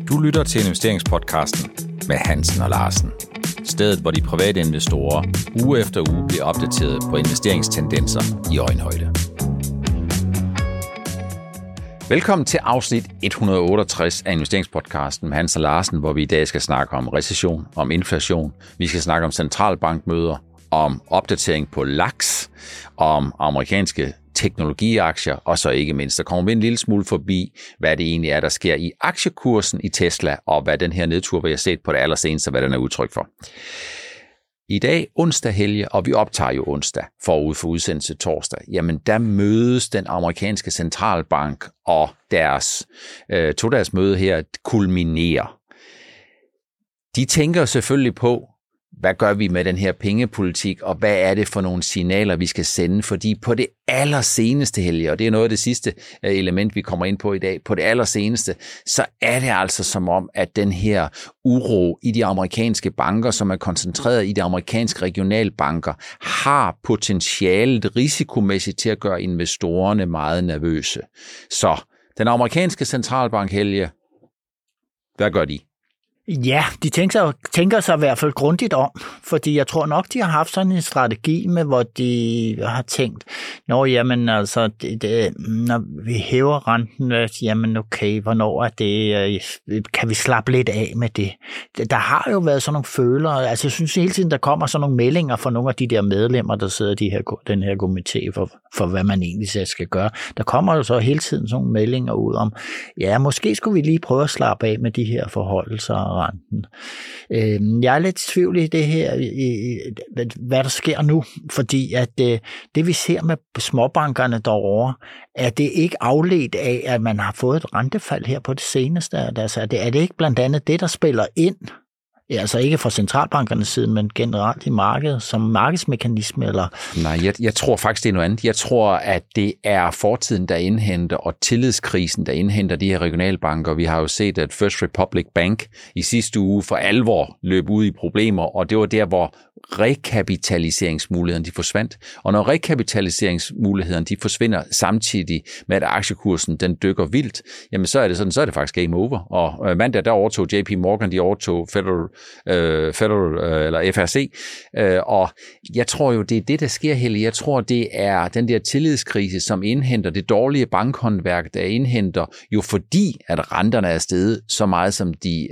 Du lytter til investeringspodcasten med Hansen og Larsen. Stedet, hvor de private investorer uge efter uge bliver opdateret på investeringstendenser i øjenhøjde. Velkommen til afsnit 168 af investeringspodcasten med Hansen og Larsen, hvor vi i dag skal snakke om recession, om inflation. Vi skal snakke om centralbankmøder, om opdatering på LAX, om amerikanske teknologiaktier, og så ikke mindst, der kommer vi en lille smule forbi, hvad det egentlig er, der sker i aktiekursen i Tesla, og hvad den her nedtur, vi har set på det allerseneste, hvad den er udtryk for. I dag onsdag helge, og vi optager jo onsdag forud for udsendelse torsdag, jamen der mødes den amerikanske centralbank, og deres todags møde her kulminerer. De tænker selvfølgelig på, hvad gør vi med den her pengepolitik, og hvad er det for nogle signaler, vi skal sende? Fordi på det allerseneste helge, og det er noget af det sidste element, vi kommer ind på i dag, på det allerseneste, så er det altså som om, at den her uro i de amerikanske banker, som er koncentreret i de amerikanske regionalbanker, har potentialet risikomæssigt til at gøre investorerne meget nervøse. Så den amerikanske centralbank helge, hvad gør de? Ja, de tænker sig i hvert fald grundigt om, fordi jeg tror nok, de har haft sådan en strategi med, hvor de har tænkt, når vi hæver renten, jamen okay, hvornår er det, kan vi slappe lidt af med det? Der har jo været sådan nogle følere, altså jeg synes hele tiden, der kommer sådan nogle meldinger fra nogle af de der medlemmer, der sidder i den her komité for hvad man egentlig skal gøre. Der kommer jo så hele tiden sådan nogle meldinger ud om, ja, måske skulle vi lige prøve at slappe af med de her forholdelser og renten. Jeg er lidt i tvivl i det her, hvad der sker nu, fordi at det vi ser med småbankerne derovre, er det ikke afledt af, at man har fået et rentefald her på det seneste? Altså, er det ikke blandt andet det, der spiller ind? Altså ikke fra centralbankernes side, men generelt i markedet, som markedsmekanisme? Eller? Nej, jeg tror faktisk, det er noget andet. Jeg tror, at det er fortiden, der indhenter, og tillidskrisen, der indhenter de her regionalbanker. Vi har jo set, at First Republic Bank i sidste uge for alvor løb ud i problemer, og det var der, hvor rekapitaliseringsmulighederne de forsvandt. Og når rekapitaliseringsmulighederne de forsvinder samtidig med, at aktiekursen den dykker vildt, jamen så er det sådan, så er det faktisk game over. Og mandag der overtog JP Morgan, de overtog Federal eller FRC, og jeg tror jo, det er det, der sker, Helle. Jeg tror, det er den der tillidskrise, som indhenter det dårlige bankhåndværk, der indhenter jo fordi, at renterne er steget så meget, som de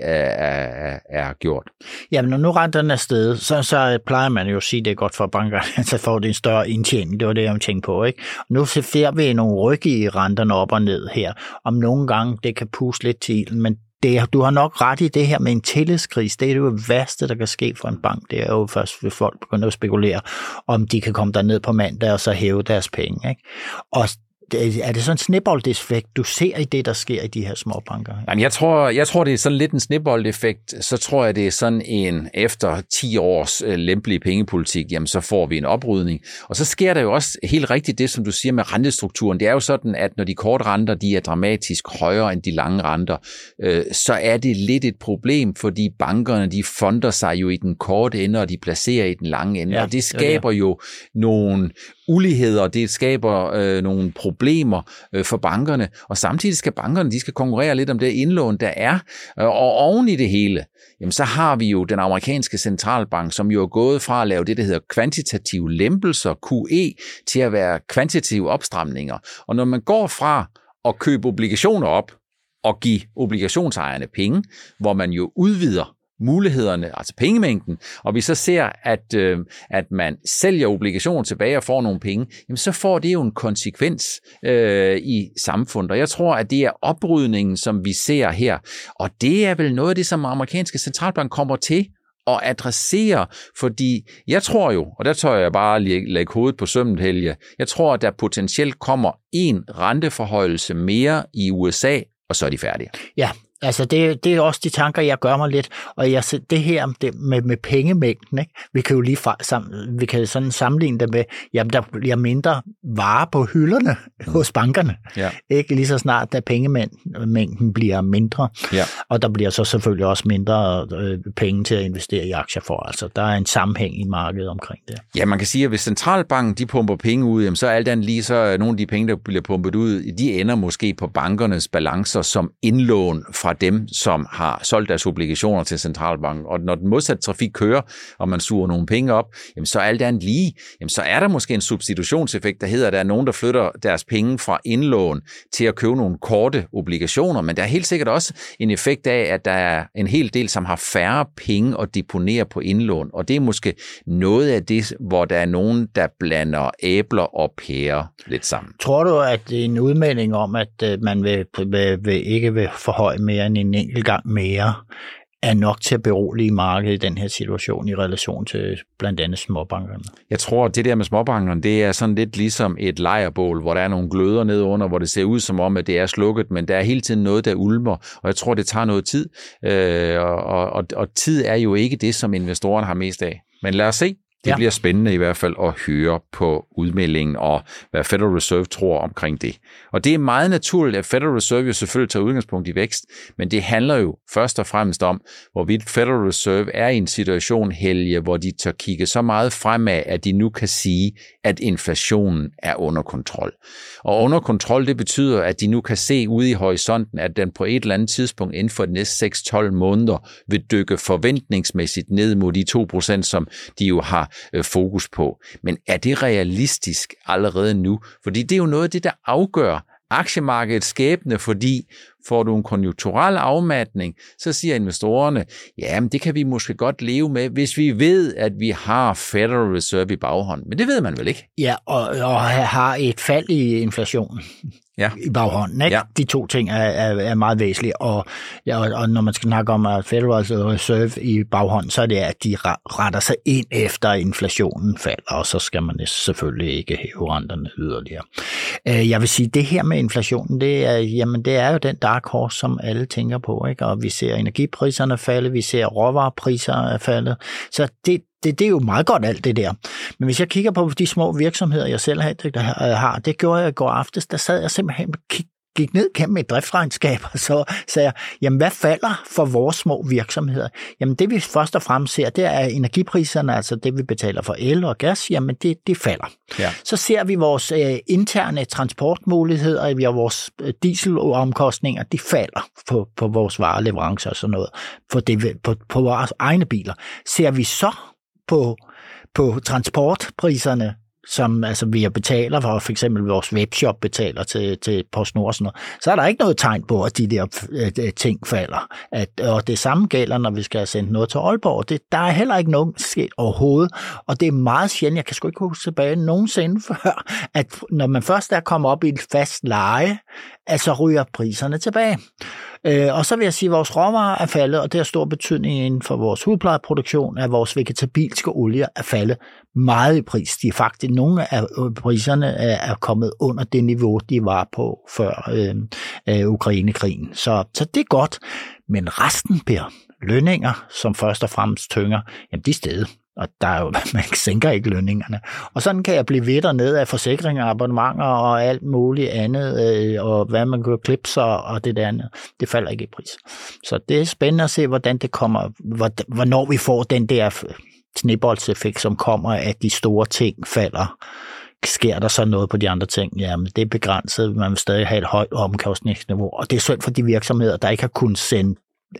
er gjort. Jamen, når nu renterne er steget, så plejer man jo at sige, at det er godt for bankerne, så får det en større indtjening. Det var det, jeg tænkte på, ikke? Nu ser vi nogle ryk i renterne op og ned her. Om nogle gange, det kan puste lidt til ilden, men du har nok ret i det her med en tillidskrise. Det er jo det værste, der kan ske for en bank. Det er jo først, hvis folk begynder at spekulere, om de kan komme derned på mandag og så hæve deres penge, ikke? Og er det sådan en sneboldeffekt, du ser i det, der sker i de her små banker? Jamen, jeg tror, det er sådan lidt en sneboldeffekt. Så tror jeg, det er sådan en efter 10 års lempelig pengepolitik, jamen så får vi en oprydning. Og så sker der jo også helt rigtigt det, som du siger med rentestrukturen. Det er jo sådan, at når de korte renter, de er dramatisk højere end de lange renter, så er det lidt et problem, fordi bankerne, de fonder sig jo i den korte ende, og de placerer i den lange ende. Ja, og det skaber jo nogle uligheder, det skaber nogle problemer for bankerne, og samtidig skal bankerne, de skal konkurrere lidt om det indlån, der er, og oven i det hele, jamen så har vi jo den amerikanske centralbank, som jo er gået fra at lave det, der hedder kvantitative lempelser, QE, til at være kvantitative opstramninger. Og når man går fra at købe obligationer op og give obligationsejerne penge, hvor man jo udvider mulighederne, altså pengemængden, og vi så ser, at man sælger obligationer tilbage og får nogle penge, jamen så får det jo en konsekvens i samfundet. Og jeg tror, at det er oprydningen, som vi ser her, og det er vel noget af det, som amerikanske centralbank kommer til at adressere, fordi jeg tror jo, og der tør jeg bare lægge hovedet på sømmet, Helge, jeg tror, at der potentielt kommer en renteforhøjelse mere i USA, og så er de færdige. Ja. Altså det er også de tanker, jeg gør mig lidt, og det her med pengemængden, ikke? Vi kan jo vi kan sådan sammenligne det med, jamen der bliver mindre varer på hylderne hos bankerne, ja. Ikke lige så snart, da pengemængden bliver mindre, ja. Og der bliver så selvfølgelig også mindre penge til at investere i aktier for, altså der er en sammenhæng i markedet omkring det. Ja, man kan sige, at hvis centralbanken de pumper penge ud, jamen så alt andet lige, så nogle af de penge, der bliver pumpet ud, de ender måske på bankernes balancer som indlån fra fra dem, som har solgt deres obligationer til centralbanken. Og når den modsatte trafik kører, og man suger nogle penge op, jamen så alt andet lige, jamen så er der måske en substitutionseffekt, der hedder, at der er nogen, der flytter deres penge fra indlån til at købe nogle korte obligationer, men der er helt sikkert også en effekt af, at der er en hel del, som har færre penge at deponere på indlån, og det er måske noget af det, hvor der er nogen, der blander æbler og pærer lidt sammen. Tror du, at en udmelding om, at man ikke vil forhøje mere end en enkelt gang mere, er nok til at berolige markedet i den her situation i relation til blandt andet småbankerne? Jeg tror, at det der med småbankerne, det er sådan lidt ligesom et lejrbål, hvor der er nogle gløder nede under, hvor det ser ud som om, at det er slukket, men der er hele tiden noget, der ulmer, og jeg tror, det tager noget tid, og tid er jo ikke det, som investorerne har mest af. Men lad os se. Det bliver spændende i hvert fald at høre på udmeldingen og hvad Federal Reserve tror omkring det. Og det er meget naturligt, at Federal Reserve jo selvfølgelig tager udgangspunkt i vækst, men det handler jo først og fremmest om, hvorvidt Federal Reserve er i en situation, Helge, hvor de tør kigge så meget fremad, at de nu kan sige, at inflationen er under kontrol. Og under kontrol, det betyder, at de nu kan se ude i horisonten, at den på et eller andet tidspunkt inden for de næste 6-12 måneder vil dykke forventningsmæssigt ned mod de 2%, som de jo har fokus på. Men er det realistisk allerede nu? Fordi det er jo noget af det, der afgør aktiemarkedets skæbne, fordi får du en konjunkturel afmatning, så siger investorerne, jamen det kan vi måske godt leve med, hvis vi ved, at vi har Federal Reserve i baghånden. Men det ved man vel ikke? Ja, og har et fald i inflationen. Ja. I baghånden. Ikke? Ja. De to ting er meget væsentlige, og når man skal snakke om at Federal Reserve i baghånden, så er det, at de retter sig ind efter inflationen falder, og så skal man selvfølgelig ikke hæve renterne yderligere. Jeg vil sige, det her med inflationen, det er jo den dark horse, som alle tænker på, ikke? Og vi ser energipriserne falde, vi ser råvarepriser falde, så det er jo meget godt alt det der. Men hvis jeg kigger på de små virksomheder, jeg selv har, det gjorde jeg i går aftes, der sad jeg simpelthen gik ned gennem et driftsregnskab, og så sagde jeg, jamen hvad falder for vores små virksomheder? Jamen det vi først og fremmest ser, det er energipriserne, altså det vi betaler for el og gas, jamen det falder. Ja. Så ser vi vores interne transportmuligheder, vi har vores dieselomkostninger, de falder på vores vareleverancer og sådan noget, på vores egne biler. Ser vi så på transportpriserne, som altså vi betaler for eksempel vores webshop betaler til PostNord og sådan noget, så er der ikke noget tegn på, at de der ting falder. Og det samme gælder, når vi skal sende noget til Aalborg. Der er heller ikke noget sket overhovedet, og det er meget sjældent, jeg kan sgu ikke huske tilbage nogensinde før, at når man først er kommet op i et fast leje, altså ryger priserne tilbage. Og så vil jeg sige, at vores råvarer er faldet, og det har stor betydning inden for vores hudplejeproduktion, at vores vegetabilske olier er faldet meget i pris. De er faktisk, nogle af priserne er kommet under det niveau, de var på før Ukraine-krigen. Så det er godt, men resten, Per, lønninger, som først og fremmest tynger, jamen de er steget. Og der er jo, man sænker ikke lønningerne. Og sådan kan jeg blive ved derned af forsikringer, abonnementer og alt muligt andet, og hvad man kan klippe sig og det der andet. Det falder ikke i pris. Så det er spændende at se, hvordan det kommer, hvornår vi får den der sneboldseffekt, som kommer, at de store ting falder. Sker der så noget på de andre ting? Jamen, det er begrænset. Man vil stadig have et højt omkostningsniveau. Og det er synd for de virksomheder, der ikke har kunnet sende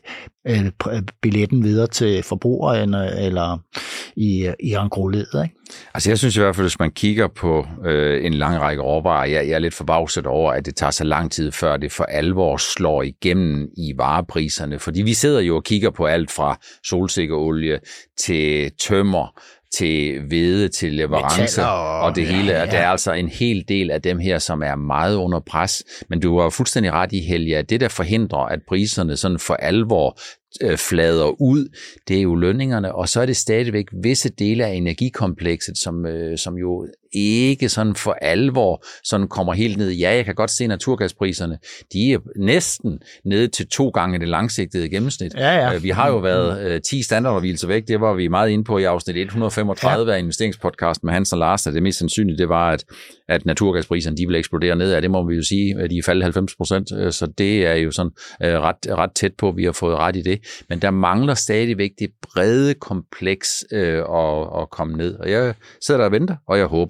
billetten videre til forbrugerne eller i engrosledet, ikke? Altså jeg synes i hvert fald, hvis man kigger på en lang række råvarer, jeg er lidt forbavset over, at det tager så lang tid, før det for alvor slår igennem i varepriserne. Fordi vi sidder jo og kigger på alt fra solsikkeolie til tømmer, til hvede, til leverancer og det hele. Ja. Der er altså en hel del af dem her, som er meget under pres. Men du har fuldstændig ret i, Helge, at det, der forhindrer, at priserne sådan for alvor flader ud, det er jo lønningerne, og så er det stadigvæk visse dele af energikomplekset, som jo ikke sådan for alvor sådan kommer helt ned. Ja, jeg kan godt se naturgaspriserne, de er næsten nede til 2 gange det langsigtede gennemsnit. Ja. Vi har jo været 10 standardafvigelser væk, det var vi meget inde på i afsnit 135 af investeringspodcasten med Hans og Lars, og det mest sandsynlige, det var, at naturgaspriserne, de vil eksplodere nedad. Det må vi jo sige, at de er faldet 90%, så det er jo sådan ret tæt på, at vi har fået ret i det. Men der mangler stadigvæk det brede kompleks at komme ned. Og jeg sidder der og venter, og jeg håber,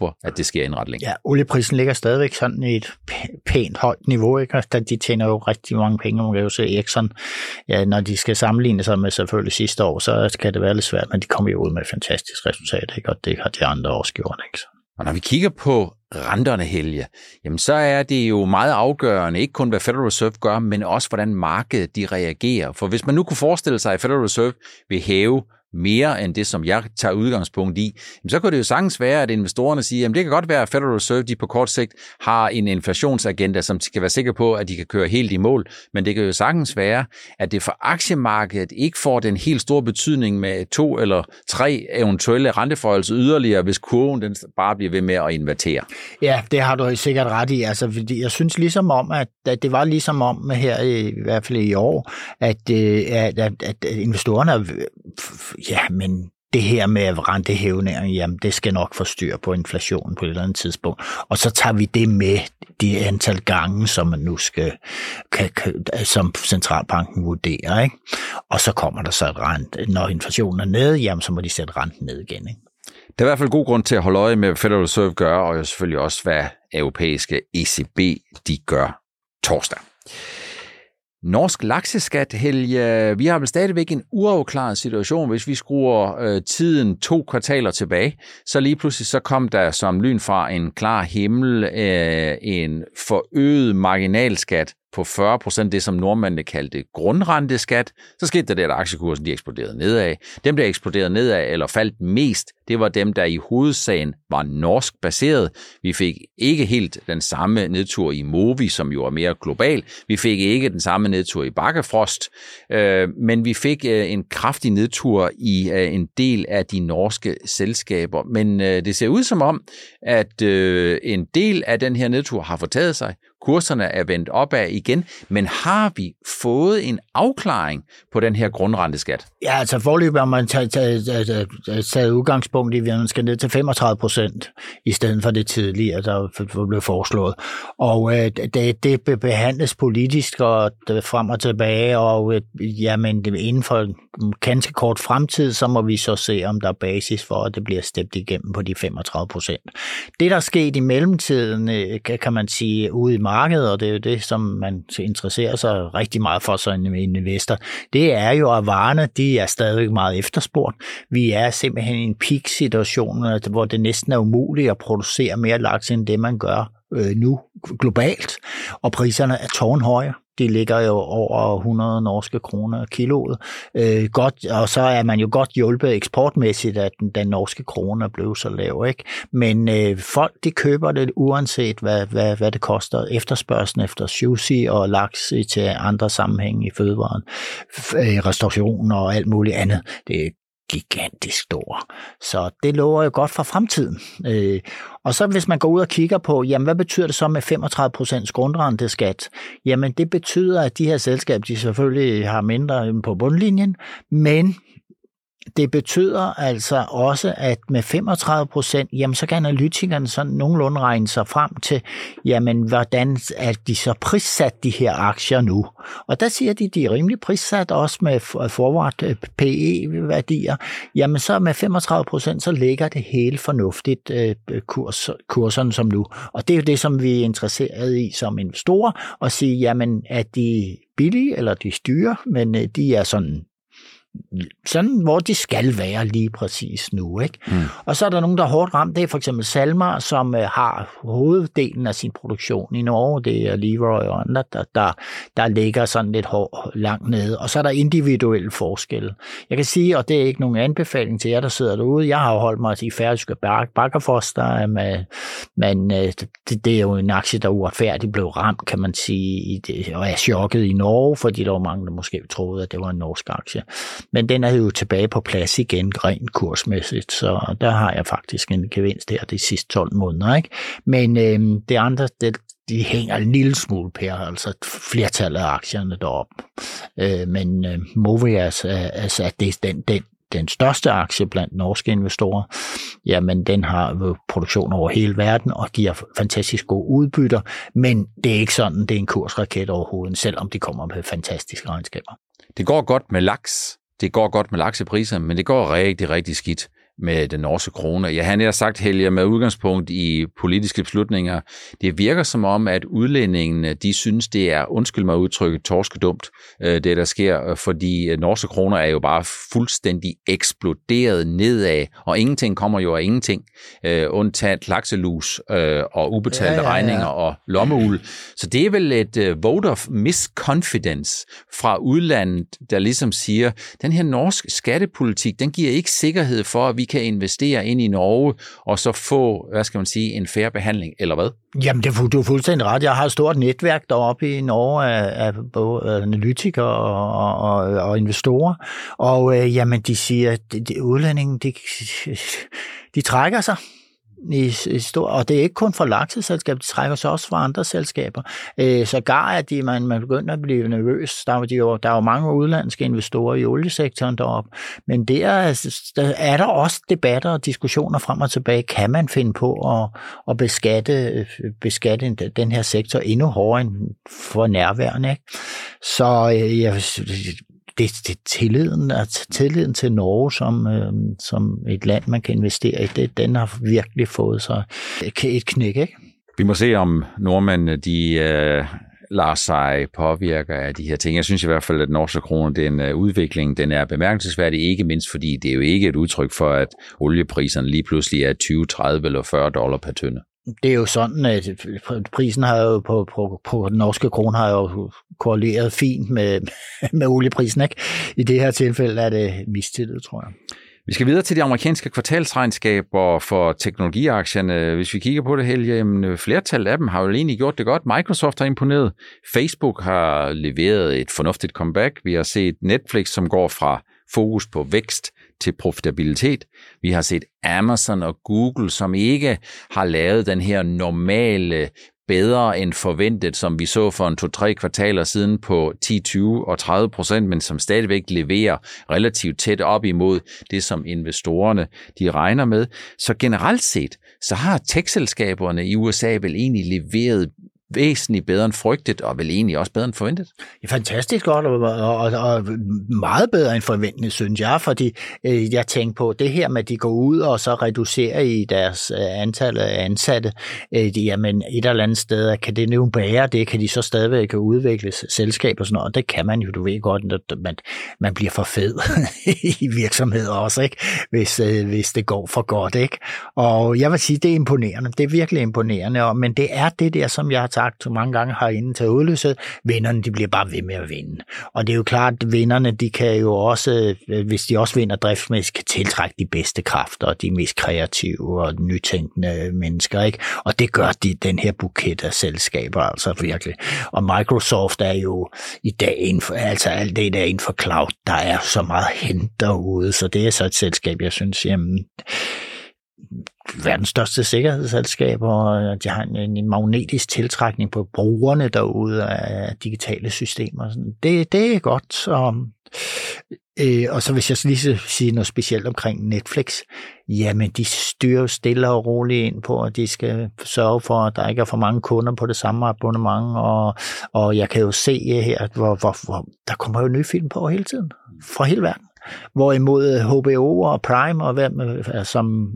håber, at det sker en retning. Ja, olieprisen ligger stadigvæk sådan i et pænt højt niveau, ikke? De tjener jo rigtig mange penge, man kan jo se Exxon. Ja, når de skal sammenligne sig med selvfølgelig sidste år, så kan det være lidt svært, men de kommer jo ud med et fantastisk resultat, ikke? Og det har de andre også gjort, ikke? Og når vi kigger på renterne, Helge, jamen så er det jo meget afgørende, ikke kun hvad Federal Reserve gør, men også hvordan markedet de reagerer. For hvis man nu kunne forestille sig, at Federal Reserve vil hæve mere end det, som jeg tager udgangspunkt i, så kunne det jo sagtens være, at investorerne siger, at det kan godt være, at Federal Reserve de på kort sigt har en inflationsagenda, som skal være sikker på, at de kan køre helt i mål, men det kan jo sagtens være, at det for aktiemarkedet ikke får den helt store betydning med 2 eller 3 eventuelle renteforholdelser yderligere, hvis kurven den bare bliver ved med at invertere. Ja, det har du sikkert ret i. Altså, fordi jeg synes ligesom om, at det var ligesom om her, i hvert fald i år, at investorerne ja, men det her med rentehævninger, jamen det skal nok få styr på inflationen på et eller andet tidspunkt. Og så tager vi det med det antal gange, som man nu som centralbanken vurderer, ikke? Og så kommer der så et rente. Når inflationen er nede, jamen så må de sætte renten ned igen, ikke? Der er i hvert fald god grund til at holde øje med, hvad Federal Reserve gør, og selvfølgelig også, hvad europæiske ECB de gør torsdag. Norsk lakseskat, Helge, vi har vel stadigvæk en uafklaret situation, hvis vi skruer tiden 2 kvartaler tilbage, så lige pludselig så kom der som lyn fra en klar himmel en forøget marginalskat på 40%, det som nordmændene kaldte grundrenteskat. Så skete der det, at aktiekursen de eksploderede nedad. Dem, der eksploderede nedad eller faldt mest, det var dem, der i hovedsagen var norsk baseret. Vi fik ikke helt den samme nedtur i Movi, som jo er mere global. Vi fik ikke den samme nedtur i Bakkafrost, men vi fik en kraftig nedtur i en del af de norske selskaber. Men det ser ud som om, at en del af den her nedtur har fortaget sig. Kurserne er vendt opad igen, men har vi fået en afklaring på den her grundrenteskat? Ja, altså foreløbig har man taget udgangspunkt i, at man skal ned til 35% i stedet for det tidligere, der blev foreslået. Og det behandles politisk og frem og tilbage, og jamen, inden for en ganske kort fremtid, så må vi så se, om der er basis for, at det bliver stemt igennem på de 35%. Det, der er sket i mellemtiden, kan man sige, ude i markedet, og det er jo det, som man interesserer sig rigtig meget for som en investor, det er jo, at varerne, de er stadig meget efterspurgt. Vi er simpelthen i en peak-situation, hvor det næsten er umuligt at producere mere laks, end det man gør nu globalt, og priserne er tårnhøje. De ligger jo over 100 norske kroner kiloet. Godt, og så er man jo godt hjulpet eksportmæssigt, at den norske krone er blevet så lav, ikke? Men folk, de køber det uanset, hvad det koster. Efterspørgslen efter sushi og laks til andre sammenhænge i fødevaren, restaurationer og alt muligt andet. Det er gigantisk stor. Så det lover jo godt for fremtiden. Og så hvis man går ud og kigger på, jamen hvad betyder det så med 35% grundrenteskat? Jamen det betyder, at de her selskaber, de selvfølgelig har mindre på bundlinjen, men det betyder altså også, at med 35%, jamen så kan analytikerne sådan nogenlunde regne sig frem til, jamen hvordan er de så prissat de her aktier nu? Og der siger de er rimelig prissat også med forward PE-værdier. Jamen så med 35%, så ligger det helt fornuftigt kurserne som nu. Og det er jo det, som vi er interesseret i som investorer, at sige, jamen er de billige eller de dyre, men de er sådan, hvor de skal være lige præcis nu, ikke? Og så er der nogen, der er hårdt ramt. Det er for eksempel Salmar, som har hoveddelen af sin produktion i Norge. Det er Leroy og andre, der ligger sådan lidt langt nede. Og så er der individuelle forskelle. Jeg kan sige, og det er ikke nogen anbefaling til jer, der sidder derude. Jeg har jo holdt mig i færøske Bakkafrost, men det er jo en aktie, der uretfærdigt blev ramt, kan man sige, og er chokket i Norge, fordi der var mange, der måske troede, at det var en norsk aktie. Men den er jo tilbage på plads igen, rent kursmæssigt, så der har jeg faktisk en gevinst her de sidste 12 måneder, ikke? Men det andre, de hænger en lille smule på, altså flertallet af aktierne deroppe. Men Movias, altså det er den største aktie blandt norske investorer, jamen den har produktion over hele verden og giver fantastisk gode udbytter, men det er ikke sådan, det er en kursraket overhovedet, selvom de kommer med fantastiske regnskaber. Det går godt med laks. Det går godt med laksepriser, men det går rigtig, rigtig skidt med den norske krone. Jeg har sagt, Helge, med udgangspunkt i politiske beslutninger, det virker som om, at udlændingene, de synes, det er, undskyld mig udtrykket, torskedumt, det der sker, fordi norske kroner er jo bare fuldstændig eksploderet nedad, og ingenting kommer jo af ingenting, undtaget lakselus og ubetalte regninger og lommeuld. Så det er vel et vote of misconfidence fra udlandet, der ligesom siger, den her norske skattepolitik, den giver ikke sikkerhed for, at vi kan investere ind i Norge, og så få, en fair behandling, eller hvad? Jamen, du er fuldstændig ret. Jeg har et stort netværk deroppe i Norge af både analytikere og investorer, og jamen, de siger, at udlændingen, de trækker sig. Og det er ikke kun fra lakseselskaber, de trækker sig også fra andre selskaber. Sågar at man begynder at blive nervøs. Der er jo mange udlandske investorer i oliesektoren deroppe, men der er der også debatter og diskussioner frem og tilbage. Kan man finde på at beskatte den her sektor endnu hårdere end for nærværende? Ikke? Så det tilliden til Norge som et land, man kan investere i, den har virkelig fået sig et knæk, ikke? Vi må se, om nordmændene, de lader sig påvirke af de her ting. Jeg synes i hvert fald, at norske kroner, den udvikling, den er bemærkelsesværdig, ikke mindst fordi det er jo ikke et udtryk for, at oliepriserne lige pludselig er 20, 30 eller $40 per tønde. Det er jo sådan, at prisen har jo på den norske krone har jo korreleret fint med olieprisen, ikke? I det her tilfælde er det mistillid, tror jeg. Vi skal videre til de amerikanske kvartalsregnskaber for teknologiaktierne. Hvis vi kigger på det, Helge, flertallet af dem har jo egentlig gjort det godt. Microsoft har imponeret. Facebook har leveret et fornuftigt comeback. Vi har set Netflix, som går fra fokus på vækst til profitabilitet. Vi har set Amazon og Google, som ikke har lavet den her normale bedre end forventet, som vi så for 2-3 kvartaler siden på 10, 20 og 30%, men som stadigvæk leverer relativt tæt op imod det, som investorerne de regner med. Så generelt set, så har tech-selskaberne i USA vel egentlig leveret væsentligt bedre end frygtet, og vel egentlig også bedre end forventet. Det er fantastisk godt, og meget bedre end forventet, synes jeg, fordi jeg tænker på det her med, at de går ud og så reducerer i deres antal af ansatte. Jamen et eller andet sted, kan det nu bære det? Kan de så stadigvæk udvikle selskaber og sådan noget? Og det kan man jo, du ved godt, at man bliver for fed i virksomheder også, ikke? Hvis det går for godt, ikke? Og jeg vil sige, det er imponerende. Det er virkelig imponerende, men det er det der, som jeg har sagt så mange gange herinde til udløset, vinderne, de bliver bare ved med at vinde. Og det er jo klart, at vinderne, de kan jo også, hvis de også vinder driftsmæssigt, kan tiltrække de bedste kræfter, og de mest kreative og nytænkende mennesker, ikke? Og det gør den her buket af selskaber altså virkelig. Og Microsoft er jo i dag altså alt det der inden for cloud, der er så meget hent derude, så det er så et selskab, jeg synes, jamen, verdens største sikkerhedsselskab, og de har en magnetisk tiltrækning på brugerne derude af digitale systemer. Det er godt. Og så hvis jeg lige skal sige noget specielt omkring Netflix, jamen de styrer stille og roligt ind på, at de skal sørge for, at der ikke er for mange kunder på det samme abonnement, og jeg kan jo se her, hvor der kommer jo nye film på hele tiden, fra hele verden. Hvorimod HBO og Prime, og som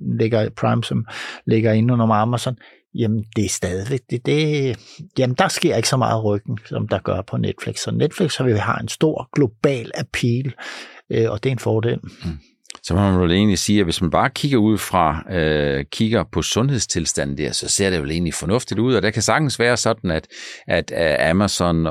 ligger inde under Amazon, jamen det er stadigvæk jamen der sker ikke så meget ryggen, som der gør på Netflix. Så Netflix har en stor global appeal, og det er en fordel. Så må man vel egentlig sige, at hvis man bare kigger ud fra, kigger på sundhedstilstanden der, så ser det vel egentlig fornuftigt ud, og der kan sagtens være sådan, at Amazon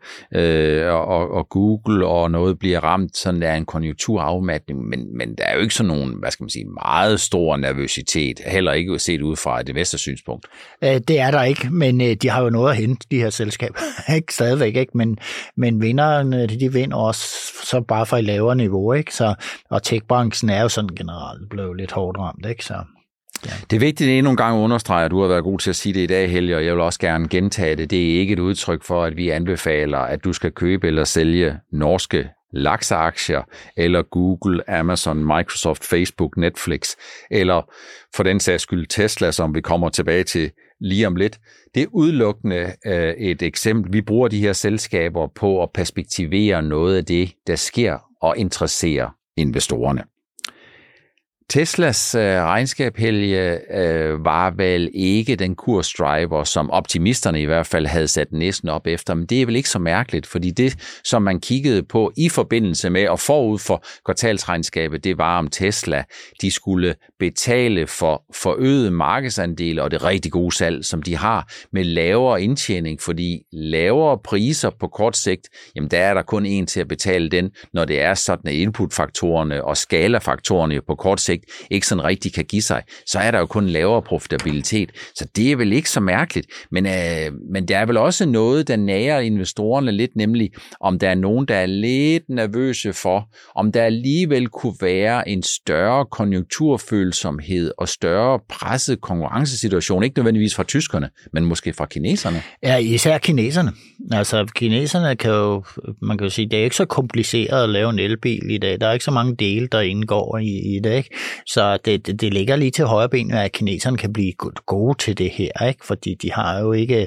og Google og noget bliver ramt, sådan der er en konjunkturafmatning, men der er jo ikke sådan nogen, meget stor nervøsitet, heller ikke set ud fra et investorsynspunkt. Det er der ikke, men de har jo noget at hente, de her selskaber. Ikke stadigvæk, ikke? Men vinderne, de vinder også så bare fra et lavere niveau, ikke? Så, og techbranchen er jo sådan generelt blevet lidt hårdt ramt, ikke? Så, ja. Det er vigtigt endnu en gang at understrege, at du har været god til at sige det i dag, Helge, og jeg vil også gerne gentage det. Det er ikke et udtryk for, at vi anbefaler, at du skal købe eller sælge norske lakseaktier, eller Google, Amazon, Microsoft, Facebook, Netflix, eller for den sags skyld Tesla, som vi kommer tilbage til lige om lidt. Det er udelukkende et eksempel. Vi bruger de her selskaber på at perspektivere noget af det, der sker og interesserer investorerne. Teslas regnskab, Helge, var vel ikke den kursdriver, som optimisterne i hvert fald havde sat næsten op efter, men det er vel ikke så mærkeligt, fordi det, som man kiggede på i forbindelse med og forud for kvartalsregnskabet, det var om Tesla, de skulle betale for forøget markedsandel og det rigtig gode salg, som de har med lavere indtjening, fordi lavere priser på kort sigt, jamen der er der kun en til at betale den, når det er sådan, at inputfaktorerne og skalafaktorerne på kort sigt ikke sådan rigtig kan give sig, så er der jo kun lavere profitabilitet. Så det er vel ikke så mærkeligt. Men der er vel også noget, der nager investorerne lidt, nemlig om der er nogen, der er lidt nervøse for, om der alligevel kunne være en større konjunkturfølsomhed og større presset konkurrencesituation, ikke nødvendigvis fra tyskerne, men måske fra kineserne. Ja, især kineserne. Altså kineserne kan jo, man kan jo sige, det er ikke så kompliceret at lave en elbil i dag. Der er ikke så mange dele, der indgår i det, ikke? Så det ligger lige til højre ben, at kineserne kan blive gode til det her, ikke? Fordi de har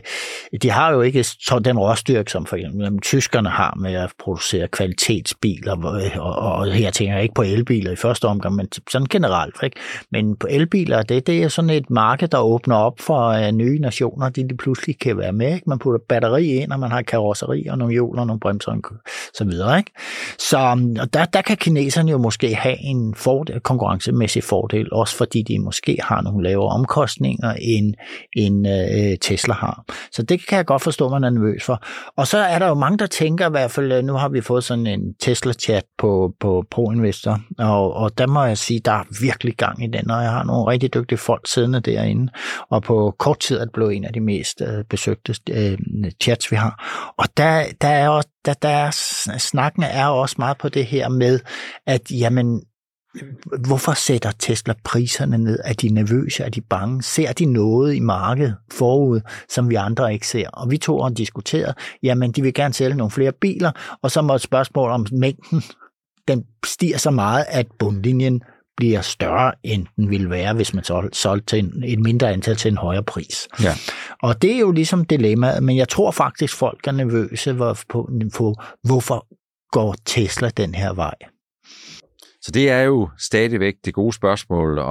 jo ikke den råstyrke, som for eksempel tyskerne har med at producere kvalitetsbiler, og her tænker jeg ikke på elbiler i første omgang, men sådan generelt, ikke? Men på elbiler, det er sådan et marked, der åbner op for nye nationer, de pludselig kan være med, ikke? Man putter batteri ind, og man har karosseri og nogle hjul og nogle bremser og så videre, ikke? Så der kan kineserne jo måske have en konkurrencemæssig fordel, også fordi de måske har nogle lavere omkostninger, end Tesla har. Så det kan jeg godt forstå, man er nervøs for. Og så er der jo mange, der tænker i hvert fald, nu har vi fået sådan en Tesla-chat på ProInvestor, og der må jeg sige, der er virkelig gang i den, og jeg har nogle rigtig dygtige folk siddende derinde, og på kort tid er det blevet en af de mest besøgte chats, vi har. Og der er også, snakken er også meget på det her med, at jamen, hvorfor sætter Tesla priserne ned? Er de nervøse? Er de bange? Ser de noget i markedet forud, som vi andre ikke ser? Og vi to har diskuteret, jamen de vil gerne sælge nogle flere biler, og så må et spørgsmål om mængden, den stiger så meget, at bundlinjen bliver større, end den ville være, hvis man solgte til et mindre antal til en højere pris. Ja. Og det er jo ligesom dilemmaet, men jeg tror faktisk, folk er nervøse på hvorfor går Tesla den her vej. Så det er jo stadigvæk det gode spørgsmål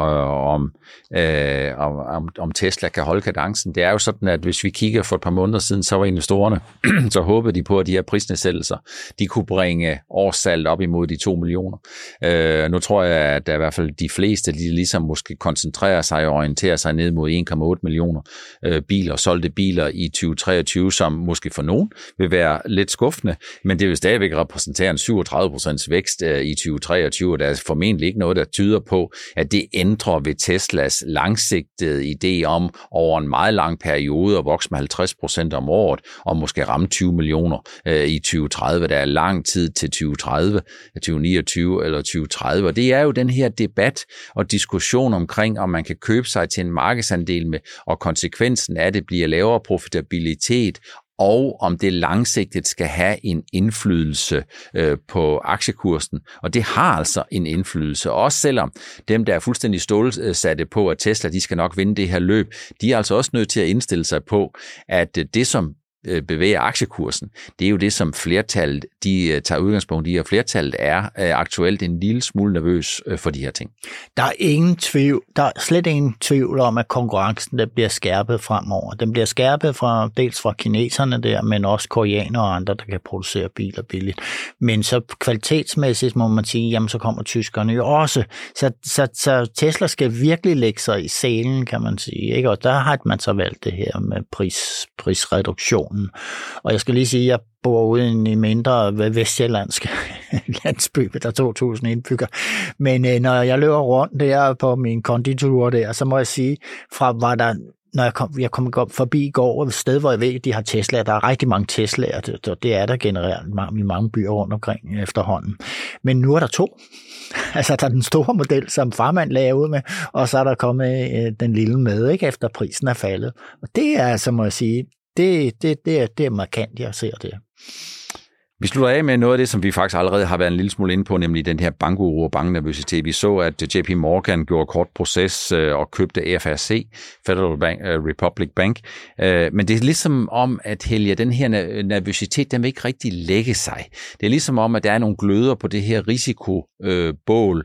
om Tesla kan holde kadencen. Det er jo sådan, at hvis vi kigger for et par måneder siden, så var investorerne, så håbede de på, at de her prisnedsættelser, de kunne bringe årssalget op imod de 2 millioner. Nu tror jeg, at der i hvert fald de fleste, de ligesom måske koncentrerer sig og orienterer sig ned mod 1,8 millioner solgte biler i 2023, som måske for nogen vil være lidt skuffende, men det vil stadigvæk repræsentere en 37% vækst i 2023. Der er formentlig ikke noget, der tyder på, at det ændrer ved Teslas langsigtede idé om over en meget lang periode at vokse med 50% om året, og måske ramme 20 millioner i 2030. Der er lang tid til 2030, 2029 eller 2030, og det er jo den her debat og diskussion omkring, om man kan købe sig til en markedsandel med, og konsekvensen af det bliver lavere profitabilitet, og om det langsigtet skal have en indflydelse på aktiekursen. Og det har altså en indflydelse, også selvom dem, der er fuldstændig stålsatte på, at Tesla de skal nok vinde det her løb, de er altså også nødt til at indstille sig på, at det, som bevæger aktiekursen, det er jo det, som flertallet, de tager udgangspunkt i, og flertallet er aktuelt en lille smule nervøs for de her ting. Der er slet ingen tvivl om, at konkurrencen der bliver skærpet fremover. Den bliver skærpet dels fra kineserne der, men også koreanere og andre, der kan producere biler billigt. Men så kvalitetsmæssigt må man sige, jamen så kommer tyskerne jo også. Så Tesla skal virkelig lægge sig i selen, kan man sige, ikke? Og der har man så valgt det her med prisreduktion. Og jeg skal lige sige, at jeg bor ude i en mindre vestsjællandsk landsby, der er 2.000 indbygger. Men når jeg løber rundt der på min konditur der, så må jeg sige, når jeg kom forbi i går et sted, hvor jeg ved, at de har Tesla. Der er rigtig mange Tesla'er, det er der generelt i mange byer rundt omkring efterhånden. Men nu er der 2. Altså, der er den store model, som farmand lagde ud med, og så er der kommet den lille med, ikke, efter prisen er faldet. Og det er altså, må jeg sige, det er markant, jeg ser det. Vi slutter af med noget af det, som vi faktisk allerede har været en lille smule inde på, nemlig den her bankuro og banknervøsitet. Vi så, at JP Morgan gjorde kort proces og købte FRC, Federal Republic Bank. Men det er ligesom om, at Helge, den her nervøsitet, den vil ikke rigtig lægge sig. Det er ligesom om, at der er nogle gløder på det her risikobål,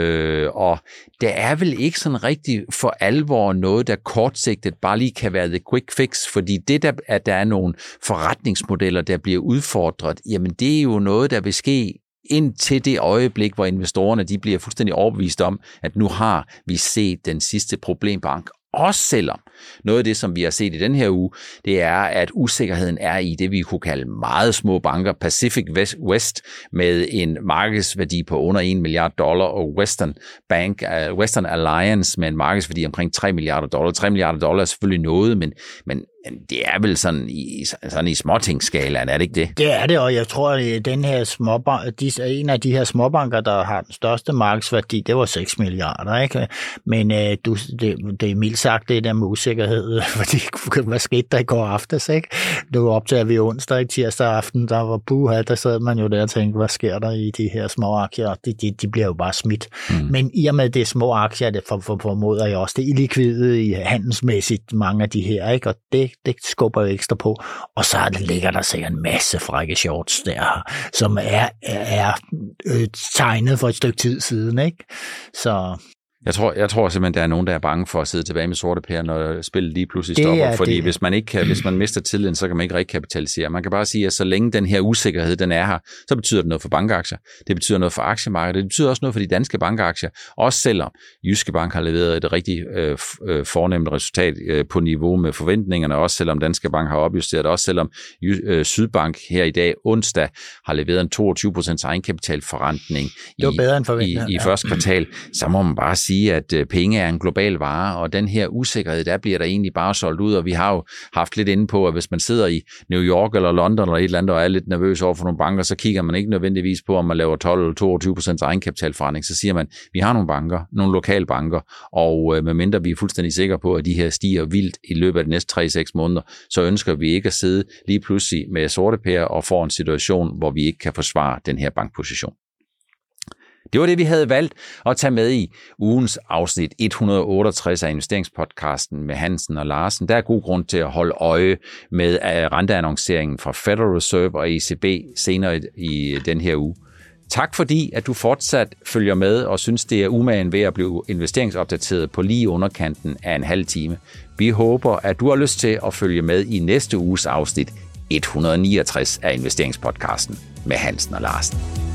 og der er vel ikke sådan rigtig for alvor noget, der kortsigtet bare lige kan være the quick fix, fordi det, at der er nogle forretningsmodeller, der bliver udfordret, jamen det er jo noget, der vil ske indtil det øjeblik, hvor investorerne de bliver fuldstændig overbevist om, at nu har vi set den sidste problembank. Også selvom noget af det, som vi har set i den her uge, det er, at usikkerheden er i det, vi kunne kalde meget små banker. Pacific West med en markedsværdi på under $1 milliard, og Western Alliance med en markedsværdi omkring $3 milliarder. $3 milliarder er selvfølgelig noget, men det er vel sådan i småtingsskalaen, er det ikke det? Det er det, og jeg tror, at den her en af de her småbanker, der har den største markedsværdi, det var 6 milliarder, ikke? Men det er mildt sagt, det der med usikkerhed, fordi hvad skete der i går aftes, ikke? Det var optaget vi onsdag, tirsdag aften, der var buha, der sad man jo der og tænkte, hvad sker der i de her små aktier? De bliver jo bare smidt. Men i og med det små aktier, det formoder jeg også, det er illikvide i handelsmæssigt, mange af de her, ikke? Og det skubber jo ekstra på. Og så ligger der sikkert en masse frække shorts der, som er tegnet for et stykke tid siden, ikke? Så Jeg tror simpelthen, der er nogen, der er bange for at sidde tilbage med sorte pærer, når spillet lige pludselig stopper. Fordi hvis man mister tilliden, så kan man ikke rekapitalisere. Man kan bare sige, at så længe den her usikkerhed, den er her, så betyder det noget for bankaktier. Det betyder noget for aktiemarkedet. Det betyder også noget for de danske bankaktier. Også selvom Jyske Bank har leveret et rigtig fornemt resultat på niveau med forventningerne. Også selvom Danske Bank har opjusteret. Også selvom Sydbank her i dag onsdag har leveret en 22% egenkapitalforrentning i første kvartal. Så må man bare sige, at penge er en global vare, og den her usikkerhed, der bliver der egentlig bare solgt ud, og vi har jo haft lidt inde på, at hvis man sidder i New York eller London eller et eller andet, og er lidt nervøs over for nogle banker, så kigger man ikke nødvendigvis på, om man laver 12 eller 22% egenkapitalforretning, så siger man, vi har nogle banker, nogle lokale banker, og medmindre vi er fuldstændig sikre på, at de her stiger vildt i løbet af de næste 3-6 måneder, så ønsker vi ikke at sidde lige pludselig med sorte pærer og få en situation, hvor vi ikke kan forsvare den her bankposition. Det var det, vi havde valgt at tage med i ugens afsnit 168 af investeringspodcasten med Hansen og Larsen. Der er god grund til at holde øje med renteannonceringen fra Federal Reserve og ECB senere i den her uge. Tak fordi, at du fortsat følger med og synes, det er umagen ved at blive investeringsopdateret på lige underkanten af en halv time. Vi håber, at du har lyst til at følge med i næste uges afsnit 169 af investeringspodcasten med Hansen og Larsen.